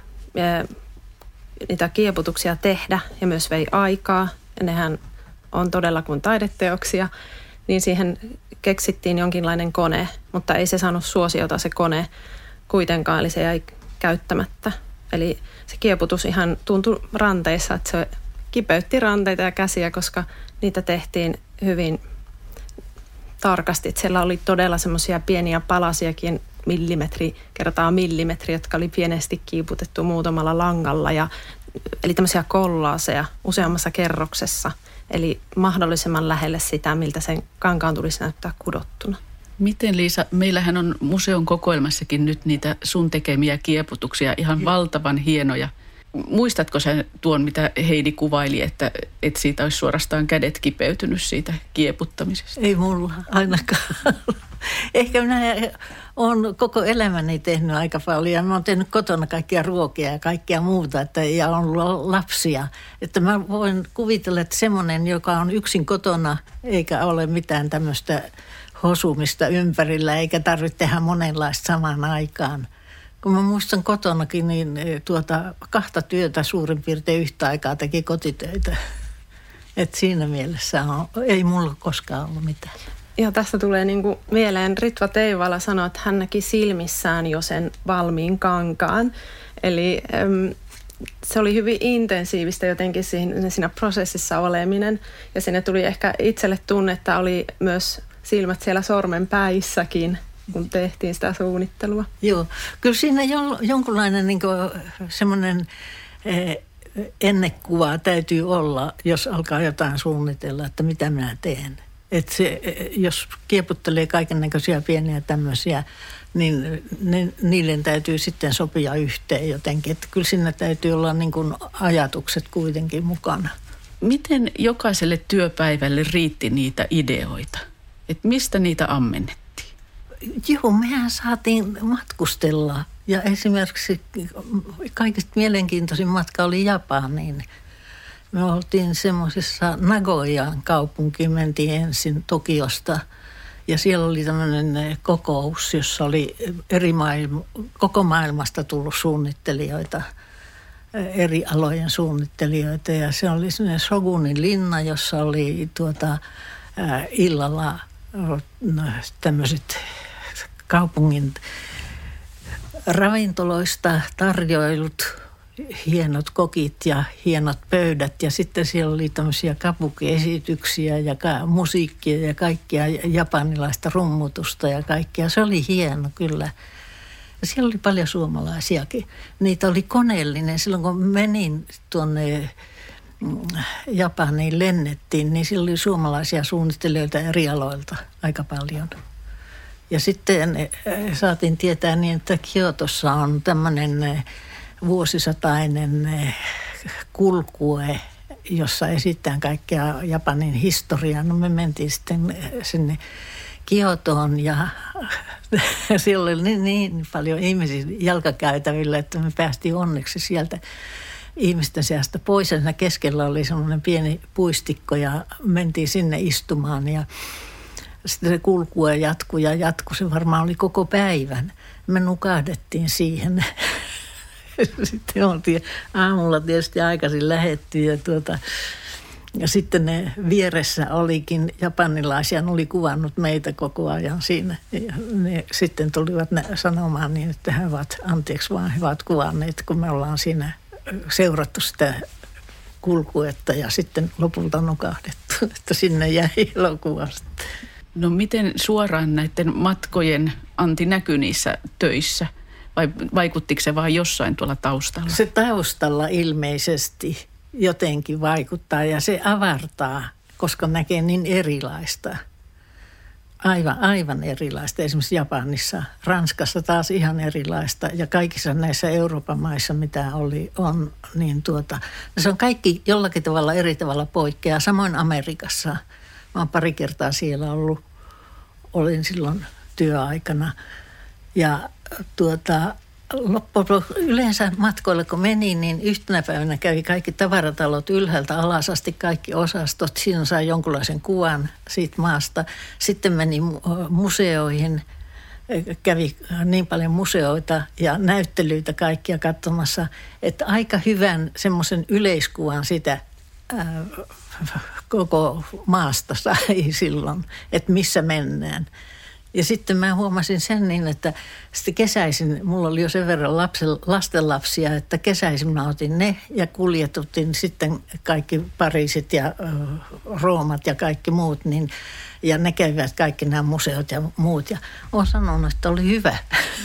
niitä kieputuksia tehdä ja myös vei aikaa. Ja nehän on todella kuin taideteoksia, niin siihen keksittiin jonkinlainen kone, mutta ei se saanut suosiota se kone kuitenkaan, eli se jäi käyttämättä. Eli se kieputus ihan tuntui ranteissa, että se kipeytti ranteita ja käsiä, koska niitä tehtiin hyvin tarkasti. Että siellä oli todella semmoisia pieniä palasiakin, millimetri kertaa millimetri, jotka oli pienesti kiiputettu muutamalla langalla. Ja, eli tämmöisiä kollaaseja useammassa kerroksessa. Eli mahdollisimman lähelle sitä, miltä sen kankaan tulisi näyttää kudottuna. Miten Liisa, meillähän on museon kokoelmassakin nyt niitä sun tekemiä kieputuksia, ihan valtavan hienoja. Muistatko sä tuon, mitä Heidi kuvaili, että, että siitä olisi suorastaan kädet kipeytynyt siitä kieputtamisesta? Ei mulla ainakaan. Ehkä minä olen koko elämäni tehnyt aika paljon. Mä oon tehnyt kotona kaikkia ruokia ja kaikkia muuta, että, ja on ollut lapsia. Että mä voin kuvitella, että semmoinen, joka on yksin kotona, eikä ole mitään tämmöistä hosumista ympärillä, eikä tarvitse tehdä monenlaista samaan aikaan. Kun mä muistan kotonakin, niin tuota, kahta työtä suurin piirtein yhtä aikaa teki kotitöitä. Et siinä mielessä on, ei mulla koskaan ollut mitään. Ja tästä tulee niin kuin mieleen, Ritva Teivala sanoi, että hän näki silmissään jo sen valmiin kankaan. Eli äm, se oli hyvin intensiivistä jotenkin siinä, siinä prosessissa oleminen. Ja sinne tuli ehkä itselle tunne, että oli myös silmät siellä sormenpäissäkin, kun tehtiin sitä suunnittelua. Joo, kyllä siinä jonkunlainen niin kuin semmoinen eh, ennekuva täytyy olla, jos alkaa jotain suunnitella, että mitä minä teen. Että se, jos kieputtelee kaikennäköisiä pieniä tämmöisiä, niin ne, niille täytyy sitten sopia yhteen jotenkin. Että kyllä siinä täytyy olla niin kuin ajatukset kuitenkin mukana. Miten jokaiselle työpäivälle riitti niitä ideoita? Että mistä niitä ammennettiin? Joo, mehän saatiin matkustella. Ja esimerkiksi kaikista mielenkiintoisin matka oli Japaniin. Me oltiin semmoisessa Nagoyan kaupunkiin, mentiin ensin Tokiosta. Ja siellä oli tämmöinen kokous, jossa oli eri maailma, koko maailmasta tullut suunnittelijoita, eri alojen suunnittelijoita. Ja se oli semmoinen Shogunin linna, jossa oli tuota, ää, illalla no, tämmöiset kaupungin ravintoloista tarjoilut hienot kokit ja hienot pöydät. Ja sitten siellä oli tämmöisiä kabuki-esityksiä ja ka- musiikkia ja kaikkia japanilaista rummutusta ja kaikkia. Se oli hieno kyllä. Ja siellä oli paljon suomalaisiakin. Niitä oli koneellinen. Silloin kun menin tuonne Japaniin, lennettiin, niin siellä oli suomalaisia suunnittelijoita eri aloilta aika paljon. Ja sitten saatiin tietää niin, että Kiotossa on tämmöinen vuosisatainen kulkue, jossa esitetään kaikkea Japanin historiaa. No me mentiin sitten sinne Kiotoon ja siellä oli niin, niin paljon ihmisiä jalkakäytävillä, että me päästiin onneksi sieltä ihmisten seasta pois. Ja siinä keskellä oli semmoinen pieni puistikko ja mentiin sinne istumaan ja sitten se kulkue jatkui ja jatkui. Se varmaan oli koko päivän. Me nukahdettiin siihen. Sitten oltiin aamulla tietysti aikaisin lähetty ja tuota, Ja sitten ne vieressä olikin japanilaisia, ne oli kuvannut meitä koko ajan siinä. Ja ne sitten tulivat ne sanomaan niin, että he ovat, anteeksi vaan, he ovat kuvanneet, kun me ollaan siinä seurattu sitä kulkuetta ja sitten lopulta nukahdettu, että sinne jäi elokuvasta. No miten suoraan näiden matkojen anti näkyi niissä töissä? Vai vaikuttiko se vaan jossain tuolla taustalla? Se taustalla ilmeisesti jotenkin vaikuttaa ja se avartaa, koska näkee niin erilaista. Aivan, aivan erilaista. Esimerkiksi Japanissa, Ranskassa taas ihan erilaista ja kaikissa näissä Euroopan maissa, mitä oli, on, niin tuota, se on kaikki jollakin tavalla eri tavalla poikkeaa. Samoin Amerikassa. Mä oon pari kertaa siellä ollut, olin silloin työaikana ja tuota, loppujen yleensä matkoille kun meni, niin yhtenä päivänä kävi kaikki tavaratalot ylhäältä alas asti, kaikki osastot. Siinä sai jonkunlaisen kuvan siitä maasta. Sitten meni museoihin, kävi niin paljon museoita ja näyttelyitä kaikkia katsomassa, että aika hyvän semmoisen yleiskuvan sitä ää, koko maasta sai silloin, että missä mennään. Ja sitten mä huomasin sen niin, että sitten kesäisin, mulla oli jo sen verran lapsen, lastenlapsia, että kesäisin mä otin ne ja kuljetutin sitten kaikki Pariisit ja äh, Roomat ja kaikki muut. Niin, ja ne kävivät kaikki nämä museot ja muut ja olen sanonut, että oli hyvä.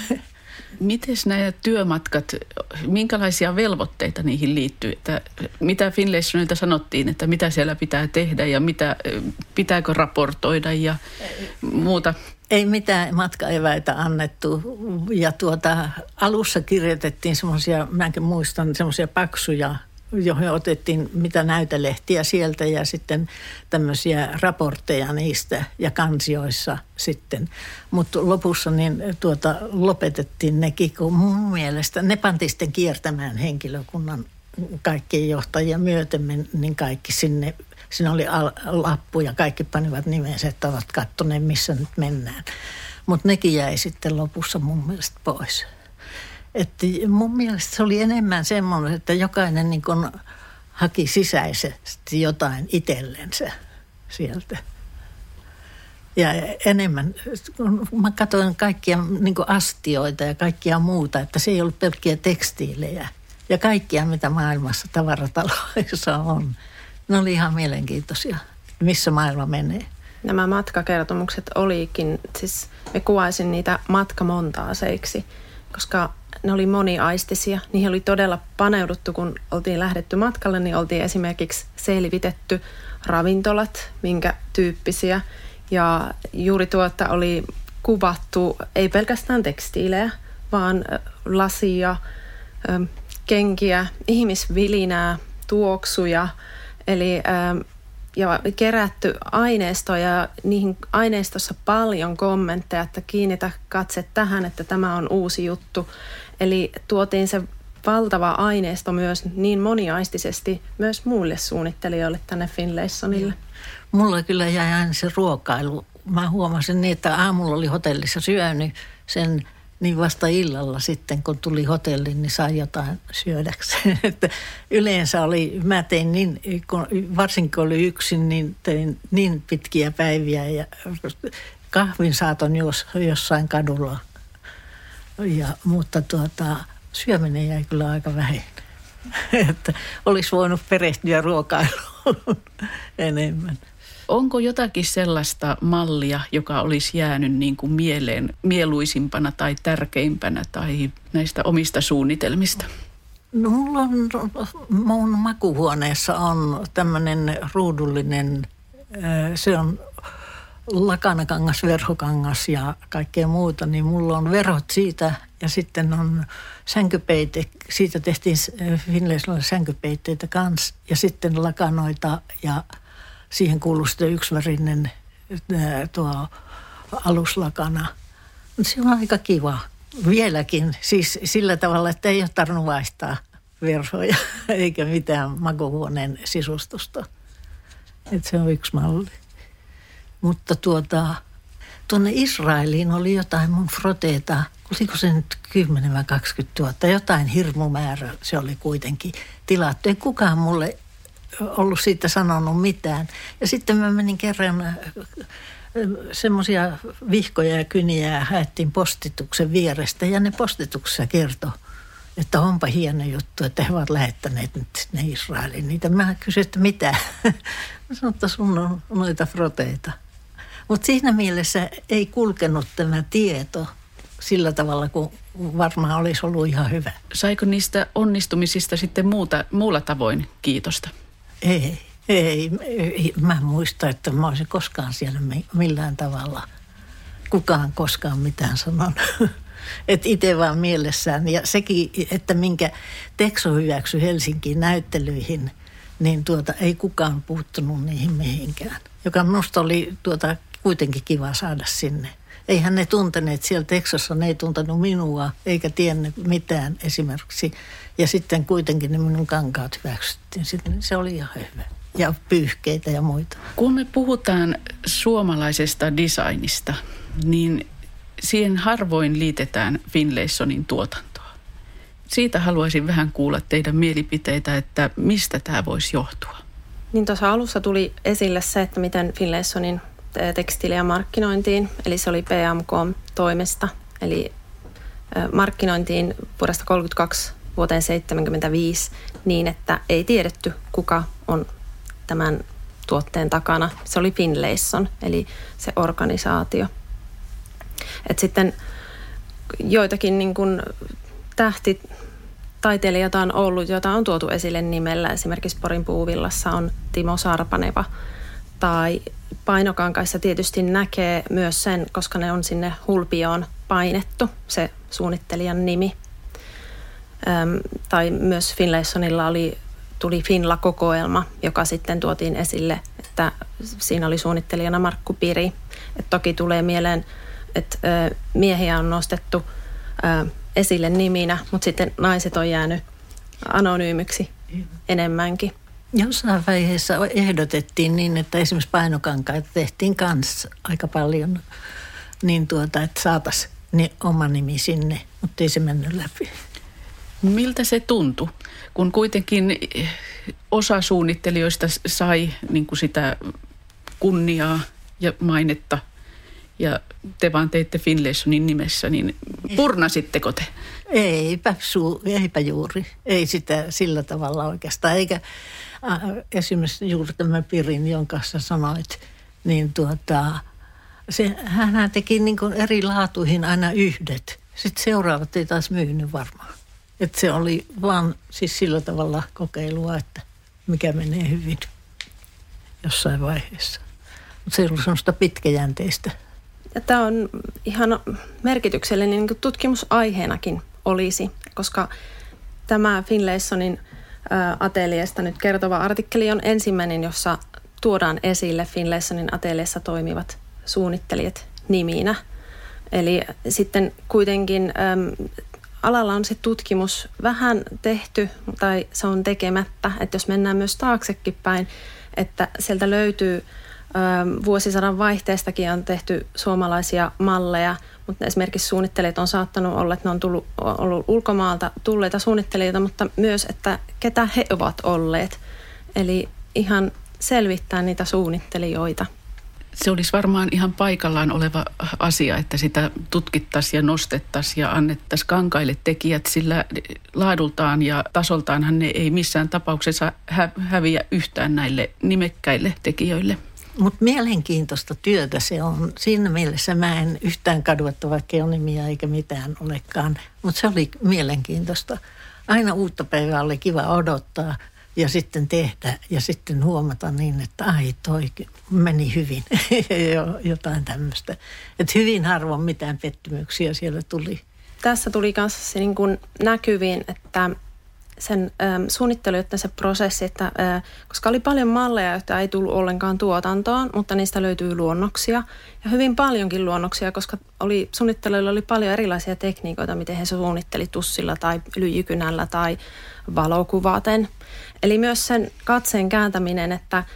Mites nämä työmatkat, minkälaisia velvoitteita niihin liittyy? Että mitä Finlaysonilta sanottiin, että mitä siellä pitää tehdä ja mitä, pitääkö raportoida ja muuta? Ei mitään matkaeväitä annettu ja tuota, alussa kirjoitettiin semmoisia, mäkin muistan semmoisia paksuja, johon otettiin mitä näytelehtiä sieltä ja sitten tämmöisiä raportteja niistä ja kansioissa sitten. Mutta lopussa niin tuota, lopetettiin nekin, kun mun mielestä ne pantiin sitten kiertämään henkilökunnan kaikkien johtajia myöten, niin kaikki sinne. Siinä oli al- lappu ja kaikki panivat nimensä, että ovat katsoneet, missä nyt mennään. Mutta nekin jäi sitten lopussa mun mielestä pois. Että mun mielestä se oli enemmän semmoinen, että jokainen niin kun haki sisäisesti jotain itsellensä sieltä. Ja enemmän, kun mä katsoin kaikkia niin kun astioita ja kaikkia muuta, että se ei ollut pelkkiä tekstiilejä. Ja kaikkia, mitä maailmassa tavarataloissa on. Ne oli ihan mielenkiintoisia, missä maailma menee. Nämä matkakertomukset olikin, siis me kuvaisin niitä matkamontaaseiksi, koska ne oli moniaistisia. Niihin oli todella paneuduttu, kun oltiin lähdetty matkalle, niin oltiin esimerkiksi selvitetty ravintolat, minkä tyyppisiä. Ja juuri tuota oli kuvattu ei pelkästään tekstiilejä, vaan lasia, kenkiä, ihmisvilinää, tuoksuja. Eli ja kerätty aineistoa ja niihin aineistossa paljon kommentteja, että kiinnitä katse tähän, että tämä on uusi juttu. Eli tuotiin se valtava aineisto myös niin moniaistisesti myös muille suunnittelijoille tänne Finlaysonille. Mulla kyllä jäi aina se ruokailu. Mä huomasin niin, että aamulla oli hotellissa syönyt sen, niin vasta illalla sitten, kun tuli hotelliin, niin sai jotain syödäkseen. Että yleensä oli, mä tein niin, kun, varsinkin kun oli yksin, niin tein niin pitkiä päiviä ja kahvin saaton jos, jossain kadulla. Ja, mutta tuota, syöminen jäi kyllä aika vähin. Että olisi voinut perehtyä ruokailuun enemmän. Onko jotakin sellaista mallia, joka olisi jäänyt niin kuin mieleen mieluisimpana tai tärkeimpänä tai näistä omista suunnitelmista? No mulla on, mun makuhuoneessa on tämmöinen ruudullinen, se on lakanakangas, verhokangas ja kaikkea muuta, niin mulla on verhot siitä ja sitten on sänkypeite, siitä tehtiin Finlaysonilla sänkypeitteitä kanssa ja sitten lakanoita ja siihen kuuluu sitten yksivärinen tuo aluslakana. Se on aika kiva vieläkin, siis sillä tavalla, että ei ole tarvinnut vaihtaa verhoja eikä mitään makuuhuoneen sisustusta. Että se on yksi malli. Mutta tuota, tuonne Israeliin oli jotain mun froteeta, oliko se nyt kymmenen vai kaksikymmentä tuhatta, jotain hirmumäärä se oli kuitenkin tilattu. Ei kukaan mulle ollut siitä sanonut mitään. Ja sitten mä menin kerran, semmoisia vihkoja ja kyniä haettiin postituksen vierestä ja ne postituksessa kertoi, että onpa hieno juttu, että he ovat lähettäneet nyt sinne Israeliin niitä. Mä kysyin, että mitä? Mä sanoin, että sun on noita froteita. Mutta siinä mielessä ei kulkenut tämä tieto sillä tavalla, kun varmaan olisi ollut ihan hyvä. Saiko niistä onnistumisista sitten muuta, muulla tavoin kiitosta? Ei, ei, ei. Mä en muista, että mä olisin koskaan siellä millään tavalla kukaan koskaan mitään sanonut. Että itse vaan mielessään. Ja sekin, että minkä Tekso hyväksyi Helsinkiin näyttelyihin, niin tuota, ei kukaan puuttunut niihin mihinkään. Joka minusta oli tuota, kuitenkin kiva saada sinne. Eihän ne tunteneet siellä Teksossa, ne ei tuntenut minua eikä tiennyt mitään esimerkiksi. Ja sitten kuitenkin ne minun kankaat hyväksyttiin. Sitten se oli ihan hyvä. Ja pyyhkeitä ja muita. Kun me puhutaan suomalaisesta designista, niin siihen harvoin liitetään Finlaysonin tuotantoa. Siitä haluaisin vähän kuulla teidän mielipiteitä, että mistä tämä voisi johtua. Niin tuossa alussa tuli esille se, että miten Finlaysonin tekstiiliä markkinointiin, eli se oli P M K:n toimesta, eli markkinointiin vuodesta kolmekymmentäkaksi vuoteen seitsemänkymmentäviisi niin, että ei tiedetty, kuka on tämän tuotteen takana. Se oli Finlayson, eli se organisaatio. Et sitten joitakin niin kuin tähtitaiteilijoita on ollut, joita on tuotu esille nimellä. Esimerkiksi Porin Puuvillassa on Timo Sarpaneva. Tai painokankaissa tietysti näkee myös sen, koska ne on sinne hulpioon painettu, se suunnittelijan nimi. Öm, tai myös Finlaysonilla oli, tuli Finla-kokoelma, joka sitten tuotiin esille, että siinä oli suunnittelijana Markku Piri. Et toki tulee mieleen, että ö, miehiä on nostettu ö, esille niminä, mutta sitten naiset on jäänyt anonyymiksi enemmänkin. Jossain vaiheessa ehdotettiin niin, että esimerkiksi painokankaita tehtiin kanssa aika paljon, niin tuota, että saataisiin niin oma nimi sinne, mutta ei se mennyt läpi. Miltä se tuntui, kun kuitenkin osa suunnittelijoista sai niin kuin sitä kunniaa ja mainetta ja te vaan teitte Finlaysonin nimessä, niin purnasitteko te? Eipä, su, eipä juuri. Ei sitä sillä tavalla oikeastaan. Eikä äh, esimerkiksi juuri tämä Pirin, jonka kanssa sanoit, niin tuota, se, hän teki niin kuin eri laatuihin aina yhdet. Sitten seuraavat ei taas myynyt varmaan. Että se oli vaan siis sillä tavalla kokeilua, että mikä menee hyvin jossain vaiheessa. Mutta se ei ollut semmoista pitkäjänteistä. Ja tämä on ihan merkityksellinen niin kuin tutkimusaiheenakin olisi, koska tämä Finlaysonin ateljeesta nyt kertova artikkeli on ensimmäinen, jossa tuodaan esille Finlaysonin ateljeessa toimivat suunnittelijat niminä. Eli sitten kuitenkin äm, alalla on se tutkimus vähän tehty tai se on tekemättä, että jos mennään myös taaksekin päin, että sieltä löytyy vuosisadan vaihteestakin on tehty suomalaisia malleja, mutta esimerkiksi suunnittelijat on saattanut olla, että ne on tullut, ollut ulkomaalta tulleita suunnittelijoita, mutta myös, että ketä he ovat olleet. Eli ihan selvittää niitä suunnittelijoita. Se olisi varmaan ihan paikallaan oleva asia, että sitä tutkittaisiin ja nostettaisiin ja annettaisiin kankaille tekijät, sillä laadultaan ja tasoltaanhan ne ei missään tapauksessa hä- häviä yhtään näille nimekkäille tekijöille. Mutta mielenkiintoista työtä se on. Siinä mielessä mä en yhtään kaduetta, vaikka ei ole nimiä eikä mitään olekaan. Mutta se oli mielenkiintoista. Aina uutta päivää oli kiva odottaa ja sitten tehdä ja sitten huomata niin, että ai toi meni hyvin. Jotain tämmöistä. Että hyvin harvoin mitään pettymyksiä siellä tuli. Tässä tuli myös se niin kuin näkyviin, että sen ähm, suunnittelu, että se prosessi, että, äh, koska oli paljon malleja, joita ei tullut ollenkaan tuotantoon, mutta niistä löytyy luonnoksia ja hyvin paljonkin luonnoksia, koska oli, suunnittelijoilla oli paljon erilaisia tekniikoita, miten he suunnitteli tussilla tai lyijykynällä tai valokuvaten. Eli myös sen katseen kääntäminen, että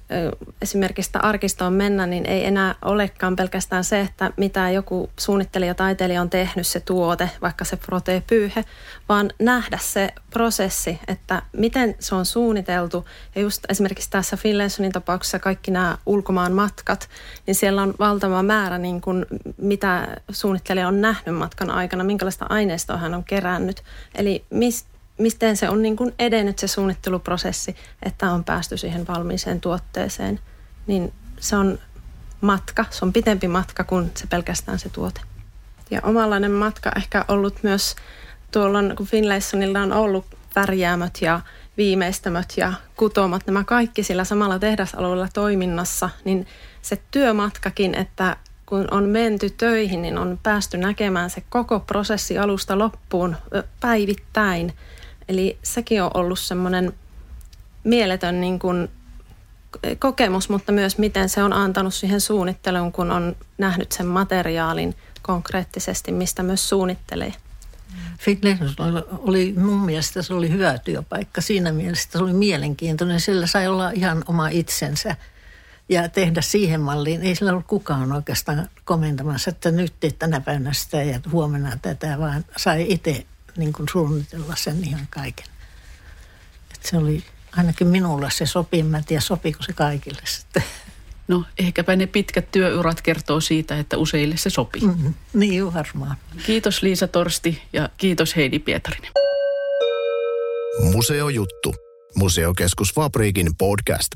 esimerkiksi sitä arkistoon mennä, niin ei enää olekaan pelkästään se, että mitä joku suunnittelija, taiteilija on tehnyt se tuote, vaikka se frotee-pyyhe, vaan nähdä se prosessi, että miten se on suunniteltu. Ja just esimerkiksi tässä Finlaysonin tapauksessa kaikki nämä ulkomaan matkat, niin siellä on valtava määrä, niin kuin, mitä suunnittelija on nähnyt matkan aikana, minkälaista aineistoa hän on kerännyt. Eli mistä miten se on niin kuin edennyt se suunnitteluprosessi, että on päästy siihen valmiiseen tuotteeseen, niin se on matka, se on pitempi matka kuin se pelkästään se tuote. Ja omanlainen matka ehkä ollut myös tuolla, kun Finlaysonilla on ollut värjäämöt ja viimeistämöt ja kutomot, nämä kaikki sillä samalla tehdasalueella toiminnassa, niin se työmatkakin, että kun on menty töihin, niin on päästy näkemään se koko prosessi alusta loppuun päivittäin. Eli sekin on ollut semmoinen mieletön niin kuin kokemus, mutta myös miten se on antanut siihen suunnitteluun, kun on nähnyt sen materiaalin konkreettisesti, mistä myös suunnittelee. Finlayson oli mun mielestä se oli hyvä työpaikka siinä mielessä, se oli mielenkiintoinen. Sillä sai olla ihan oma itsensä ja tehdä siihen malliin. Ei sillä ollut kukaan oikeastaan komentamassa, että nyt teet tänä päivänä sitä ja huomenna tätä, vaan sai itse niin kuin suunnitella sen ihan kaiken. Että se oli ainakin minulla se sopi, mä en tiedä sopiko se kaikille sitten. No ehkäpä ne pitkät työurat kertoo siitä, että useille se sopii. Mm-hmm. Niin varmaan. Kiitos Liisa Torsti ja kiitos Heidi Pietarinen. Museojuttu. Museokeskus Fabriikin podcast.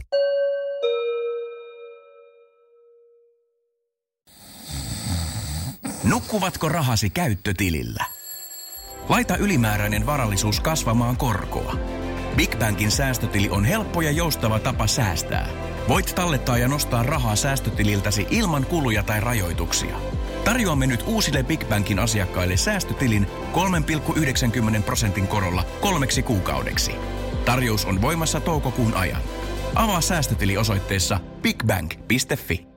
Nukkuvatko rahasi käyttötilillä? Laita ylimääräinen varallisuus kasvamaan korkoa. Big Bankin säästötili on helppo ja joustava tapa säästää. Voit tallettaa ja nostaa rahaa säästötililtäsi ilman kuluja tai rajoituksia. Tarjoamme nyt uusille Big Bankin asiakkaille säästötilin kolme pilkku yhdeksänkymmentä prosentin korolla kolmeksi kuukaudeksi. Tarjous on voimassa toukokuun ajan. Avaa säästötili osoitteessa bigbank piste fi.